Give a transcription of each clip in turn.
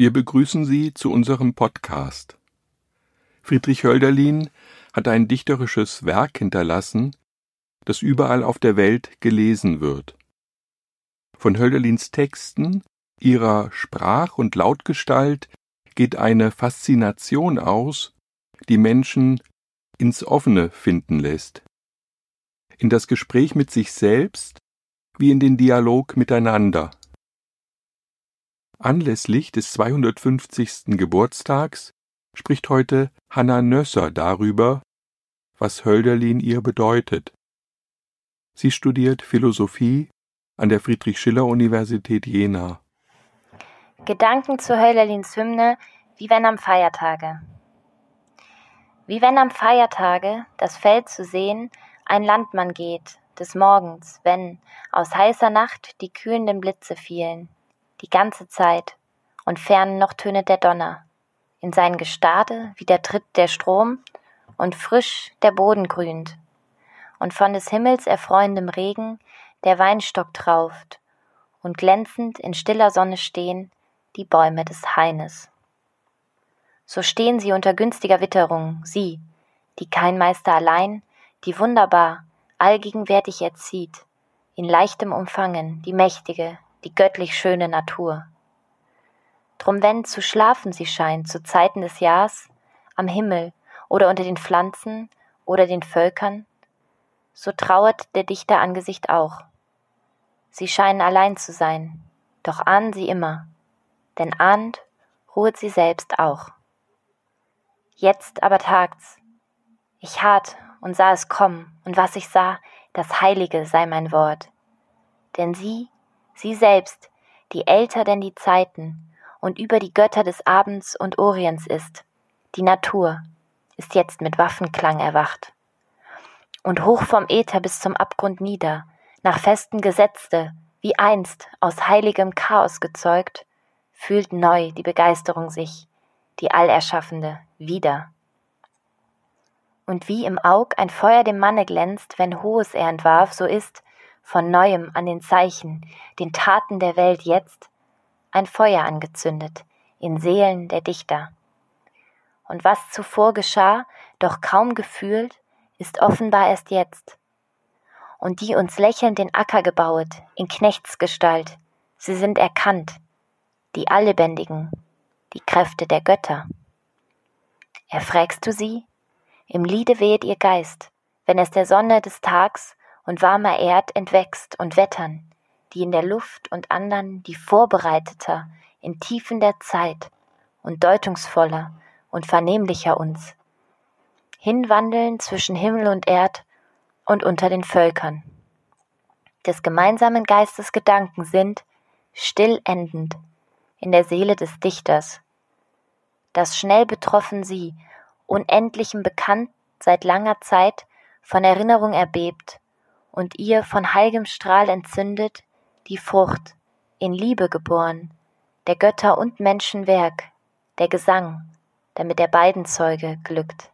Wir begrüßen Sie zu unserem Podcast. Friedrich Hölderlin hat ein dichterisches Werk hinterlassen, das überall auf der Welt gelesen wird. Von Hölderlins Texten, ihrer Sprach- und Lautgestalt geht eine Faszination aus, die Menschen ins Offene finden lässt. In das Gespräch mit sich selbst wie in den Dialog miteinander. Anlässlich des 250. Geburtstags spricht heute Hanna Nösser darüber, was Hölderlin ihr bedeutet. Sie studiert Philosophie an der Friedrich-Schiller-Universität Jena. Gedanken zu Hölderlins Hymne Wie wenn am Feiertage. Wie wenn am Feiertage das Feld zu sehen ein Landmann geht, des Morgens, wenn aus heißer Nacht die kühlenden Blitze fielen, die ganze Zeit, und fern noch tönet der Donner. In sein Gestade wieder tritt der Strom und frisch der Boden grünt. Und von des Himmels erfreuendem Regen der Weinstock trauft und glänzend in stiller Sonne stehen die Bäume des Haines. So stehen sie unter günstiger Witterung, sie, die kein Meister allein, die wunderbar, allgegenwärtig erzieht, in leichtem Umfangen die mächtige, die göttlich schöne Natur. Drum wenn zu schlafen sie scheint zu Zeiten des Jahrs, am Himmel oder unter den Pflanzen oder den Völkern, so trauert der Dichter Angesicht auch. Sie scheinen allein zu sein, doch ahnen sie immer, denn ahnend ruhet sie selbst auch. Jetzt aber tagt's. Ich harrt und sah es kommen, und was ich sah, das Heilige sei mein Wort. Denn sie selbst, die älter denn die Zeiten und über die Götter des Abends und Orients ist, die Natur, ist jetzt mit Waffenklang erwacht. Und hoch vom Äther bis zum Abgrund nieder, nach festen Gesetze, wie einst aus heiligem Chaos gezeugt, fühlt neu die Begeisterung sich, die Allerschaffende, wieder. Und wie im Aug ein Feuer dem Manne glänzt, wenn Hohes er entwarf, so ist, von Neuem an den Zeichen, den Taten der Welt jetzt, ein Feuer angezündet, in Seelen der Dichter. Und was zuvor geschah, doch kaum gefühlt, ist offenbar erst jetzt. Und die uns lächelnd den Acker gebauet, in Knechtsgestalt, sie sind erkannt, die Alllebendigen, die Kräfte der Götter. Erfrägst du sie? Im Liede wehet ihr Geist, wenn es der Sonne des Tags und warmer Erd entwächst und Wettern, die in der Luft und andern, die vorbereiteter in Tiefen der Zeit und deutungsvoller und vernehmlicher uns, hinwandeln zwischen Himmel und Erd und unter den Völkern. Des gemeinsamen Geistes Gedanken sind, still endend, in der Seele des Dichters. Das schnell betroffen sie, Unendlichem bekannt seit langer Zeit, von Erinnerung erbebt und ihr von heilgem Strahl entzündet, die Frucht, in Liebe geboren, der Götter und Menschen Werk, der Gesang, damit der beiden Zeuge glückt.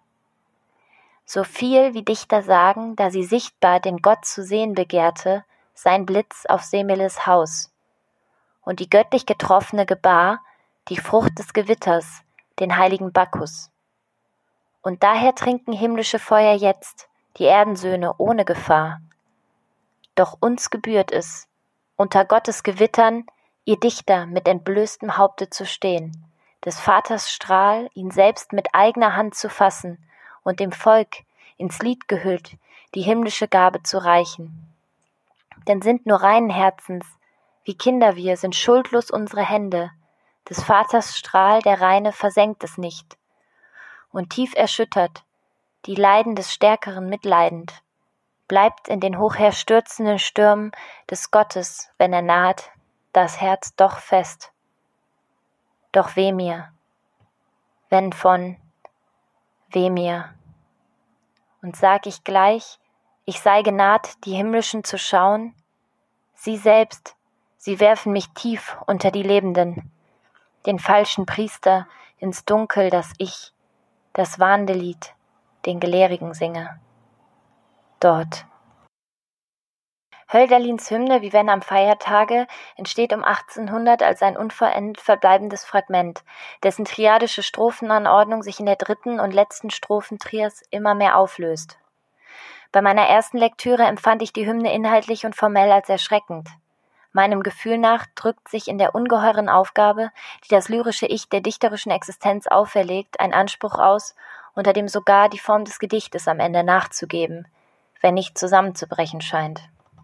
So viel wie Dichter sagen, da sie sichtbar den Gott zu sehen begehrte, sein Blitz auf Semele Haus. Und die göttlich Getroffene gebar, die Frucht des Gewitters, den heiligen Bacchus. Und daher trinken himmlische Feuer jetzt, die Erdensöhne ohne Gefahr. Doch uns gebührt es, unter Gottes Gewittern, ihr Dichter mit entblößtem Haupte zu stehen, des Vaters Strahl, ihn selbst mit eigener Hand zu fassen und dem Volk, ins Lied gehüllt, die himmlische Gabe zu reichen. Denn sind nur reinen Herzens, wie Kinder wir, sind schuldlos unsere Hände, des Vaters Strahl, der Reine, versenkt es nicht. Und tief erschüttert, die Leiden des Stärkeren mitleidend, bleibt in den hochherstürzenden Stürmen des Gottes, wenn er naht, das Herz doch fest. Doch weh mir, wenn von, weh mir. Und sag ich gleich, ich sei genaht, die Himmlischen zu schauen, sie selbst, sie werfen mich tief unter die Lebenden, den falschen Priester ins Dunkel, das ich, das warnde Lied, den Gelehrigen singe. Dort. Hölderlins Hymne Wie wenn am Feiertage entsteht um 1800 als ein unvollendet verbleibendes Fragment, dessen triadische Strophenanordnung sich in der dritten und letzten Strophentrias immer mehr auflöst. Bei meiner ersten Lektüre empfand ich die Hymne inhaltlich und formell als erschreckend. Meinem Gefühl nach drückt sich in der ungeheuren Aufgabe, die das lyrische Ich der dichterischen Existenz auferlegt, ein Anspruch aus, unter dem sogar die Form des Gedichtes am Ende nachzugeben, wenn nicht zusammenzubrechen scheint.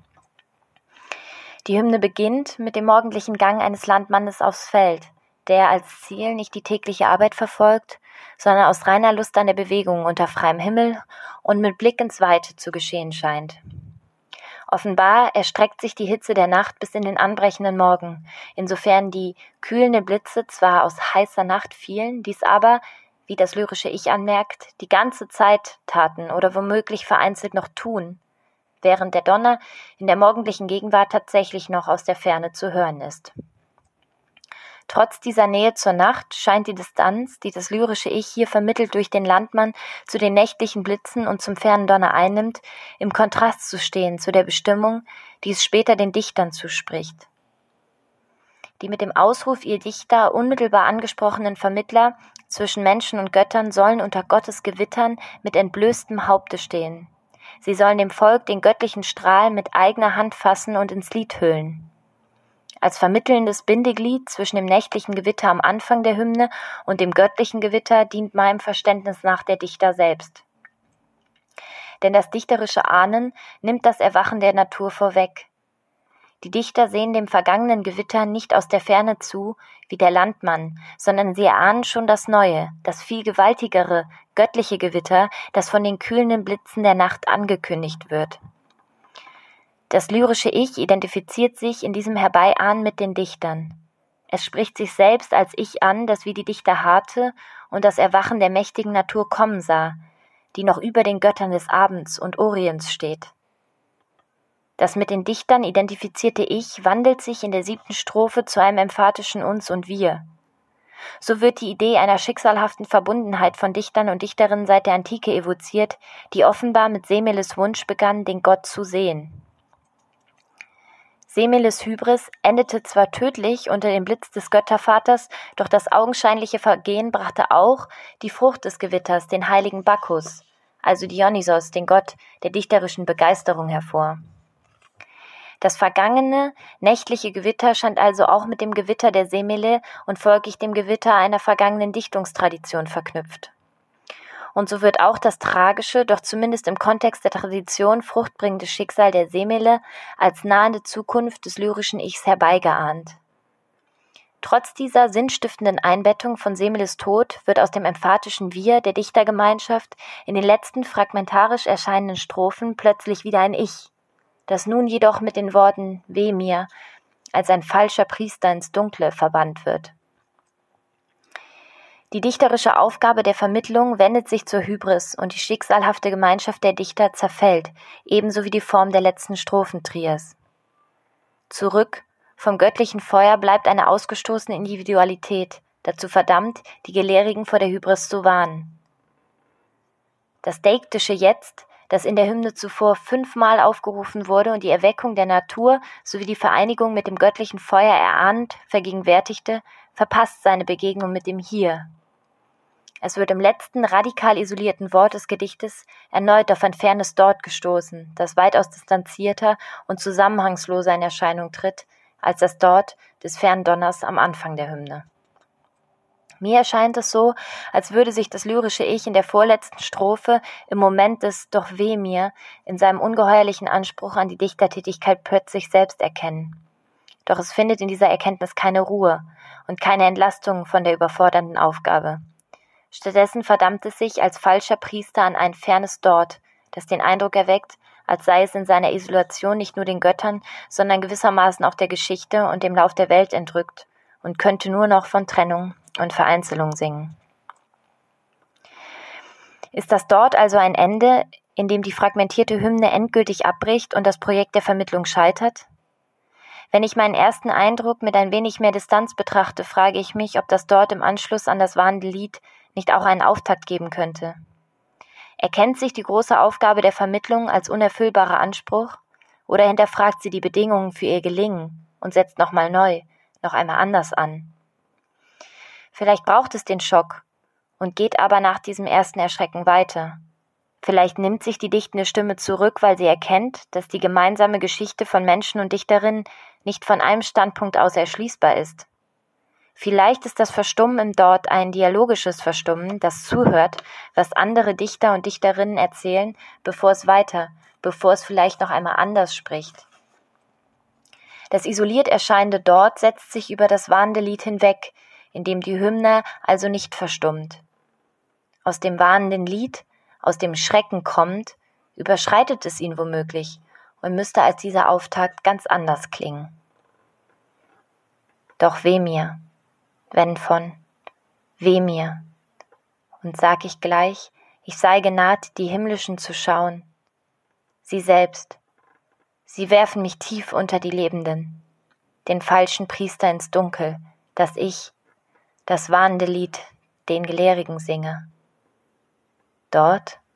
Die Hymne beginnt mit dem morgendlichen Gang eines Landmannes aufs Feld, der als Ziel nicht die tägliche Arbeit verfolgt, sondern aus reiner Lust an der Bewegung unter freiem Himmel und mit Blick ins Weite zu geschehen scheint. Offenbar erstreckt sich die Hitze der Nacht bis in den anbrechenden Morgen, insofern die kühlenden Blitze zwar aus heißer Nacht fielen, dies aber, wie das lyrische Ich anmerkt, die ganze Zeit taten oder womöglich vereinzelt noch tun, während der Donner in der morgendlichen Gegenwart tatsächlich noch aus der Ferne zu hören ist. Trotz dieser Nähe zur Nacht scheint die Distanz, die das lyrische Ich hier vermittelt durch den Landmann zu den nächtlichen Blitzen und zum fernen Donner einnimmt, im Kontrast zu stehen zu der Bestimmung, die es später den Dichtern zuspricht. Die mit dem Ausruf ihr Dichter unmittelbar angesprochenen Vermittler zwischen Menschen und Göttern sollen unter Gottes Gewittern mit entblößtem Haupte stehen. Sie sollen dem Volk den göttlichen Strahl mit eigener Hand fassen und ins Lied hüllen. Als vermittelndes Bindeglied zwischen dem nächtlichen Gewitter am Anfang der Hymne und dem göttlichen Gewitter dient meinem Verständnis nach der Dichter selbst. Denn das dichterische Ahnen nimmt das Erwachen der Natur vorweg. Die Dichter sehen dem vergangenen Gewitter nicht aus der Ferne zu, wie der Landmann, sondern sie erahnen schon das neue, das viel gewaltigere, göttliche Gewitter, das von den kühlenden Blitzen der Nacht angekündigt wird. Das lyrische Ich identifiziert sich in diesem Herbeiahnen mit den Dichtern. Es spricht sich selbst als Ich an, das wie die Dichter harrte und das Erwachen der mächtigen Natur kommen sah, die noch über den Göttern des Abends und Orients steht. Das mit den Dichtern identifizierte Ich wandelt sich in der 7. Strophe zu einem emphatischen Uns und Wir. So wird die Idee einer schicksalhaften Verbundenheit von Dichtern und Dichterinnen seit der Antike evoziert, die offenbar mit Semeles Wunsch begann, den Gott zu sehen. Semeles Hybris endete zwar tödlich unter dem Blitz des Göttervaters, doch das augenscheinliche Vergehen brachte auch die Frucht des Gewitters, den heiligen Bacchus, also Dionysos, den Gott der dichterischen Begeisterung, hervor. Das vergangene, nächtliche Gewitter scheint also auch mit dem Gewitter der Semele und folglich dem Gewitter einer vergangenen Dichtungstradition verknüpft. Und so wird auch das tragische, doch zumindest im Kontext der Tradition fruchtbringende Schicksal der Semele als nahende Zukunft des lyrischen Ichs herbeigeahnt. Trotz dieser sinnstiftenden Einbettung von Semeles Tod wird aus dem emphatischen Wir der Dichtergemeinschaft in den letzten fragmentarisch erscheinenden Strophen plötzlich wieder ein Ich, das nun jedoch mit den Worten »Weh mir« als ein falscher Priester ins Dunkle verbannt wird. Die dichterische Aufgabe der Vermittlung wendet sich zur Hybris und die schicksalhafte Gemeinschaft der Dichter zerfällt, ebenso wie die Form der letzten Strophentrias. Zurück vom göttlichen Feuer bleibt eine ausgestoßene Individualität, dazu verdammt, die Gelehrigen vor der Hybris zu warnen. Das deiktische Jetzt, das in der Hymne zuvor 5-mal aufgerufen wurde und die Erweckung der Natur sowie die Vereinigung mit dem göttlichen Feuer erahnt, vergegenwärtigte, verpasst seine Begegnung mit dem Hier. Es wird im letzten radikal isolierten Wort des Gedichtes erneut auf ein fernes Dort gestoßen, das weitaus distanzierter und zusammenhangsloser in Erscheinung tritt, als das Dort des fernen Donners am Anfang der Hymne. Mir erscheint es so, als würde sich das lyrische Ich in der vorletzten Strophe im Moment des »Doch weh mir« in seinem ungeheuerlichen Anspruch an die Dichtertätigkeit plötzlich selbst erkennen. Doch es findet in dieser Erkenntnis keine Ruhe und keine Entlastung von der überfordernden Aufgabe. Stattdessen verdammt es sich als falscher Priester an ein fernes Dort, das den Eindruck erweckt, als sei es in seiner Isolation nicht nur den Göttern, sondern gewissermaßen auch der Geschichte und dem Lauf der Welt entrückt und könnte nur noch von Trennung und Vereinzelung singen. Ist das Dort also ein Ende, in dem die fragmentierte Hymne endgültig abbricht und das Projekt der Vermittlung scheitert? Wenn ich meinen ersten Eindruck mit ein wenig mehr Distanz betrachte, frage ich mich, ob das Dort im Anschluss an das warnende Lied nicht auch einen Auftakt geben könnte. Erkennt sich die große Aufgabe der Vermittlung als unerfüllbarer Anspruch Oder hinterfragt sie die Bedingungen für ihr Gelingen und setzt nochmal neu, noch einmal anders an? Vielleicht braucht es den Schock und geht aber nach diesem ersten Erschrecken weiter. Vielleicht nimmt sich die dichtende Stimme zurück, weil sie erkennt, dass die gemeinsame Geschichte von Menschen und Dichterinnen nicht von einem Standpunkt aus erschließbar ist. Vielleicht ist das Verstummen im Dort ein dialogisches Verstummen, das zuhört, was andere Dichter und Dichterinnen erzählen, bevor es vielleicht noch einmal anders spricht. Das isoliert erscheinende Dort setzt sich über das warnende Lied hinweg, in dem die Hymne also nicht verstummt. Aus dem warnenden Lied, aus dem Schrecken kommt, überschreitet es ihn womöglich und müsste als dieser Auftakt ganz anders klingen. Doch weh mir, weh mir, und sag ich gleich, ich sei genaht, die Himmlischen zu schauen. Sie selbst, sie werfen mich tief unter die Lebenden, den falschen Priester ins Dunkel, dass ich, das warnende Lied, den Gelehrigen singe. Dort,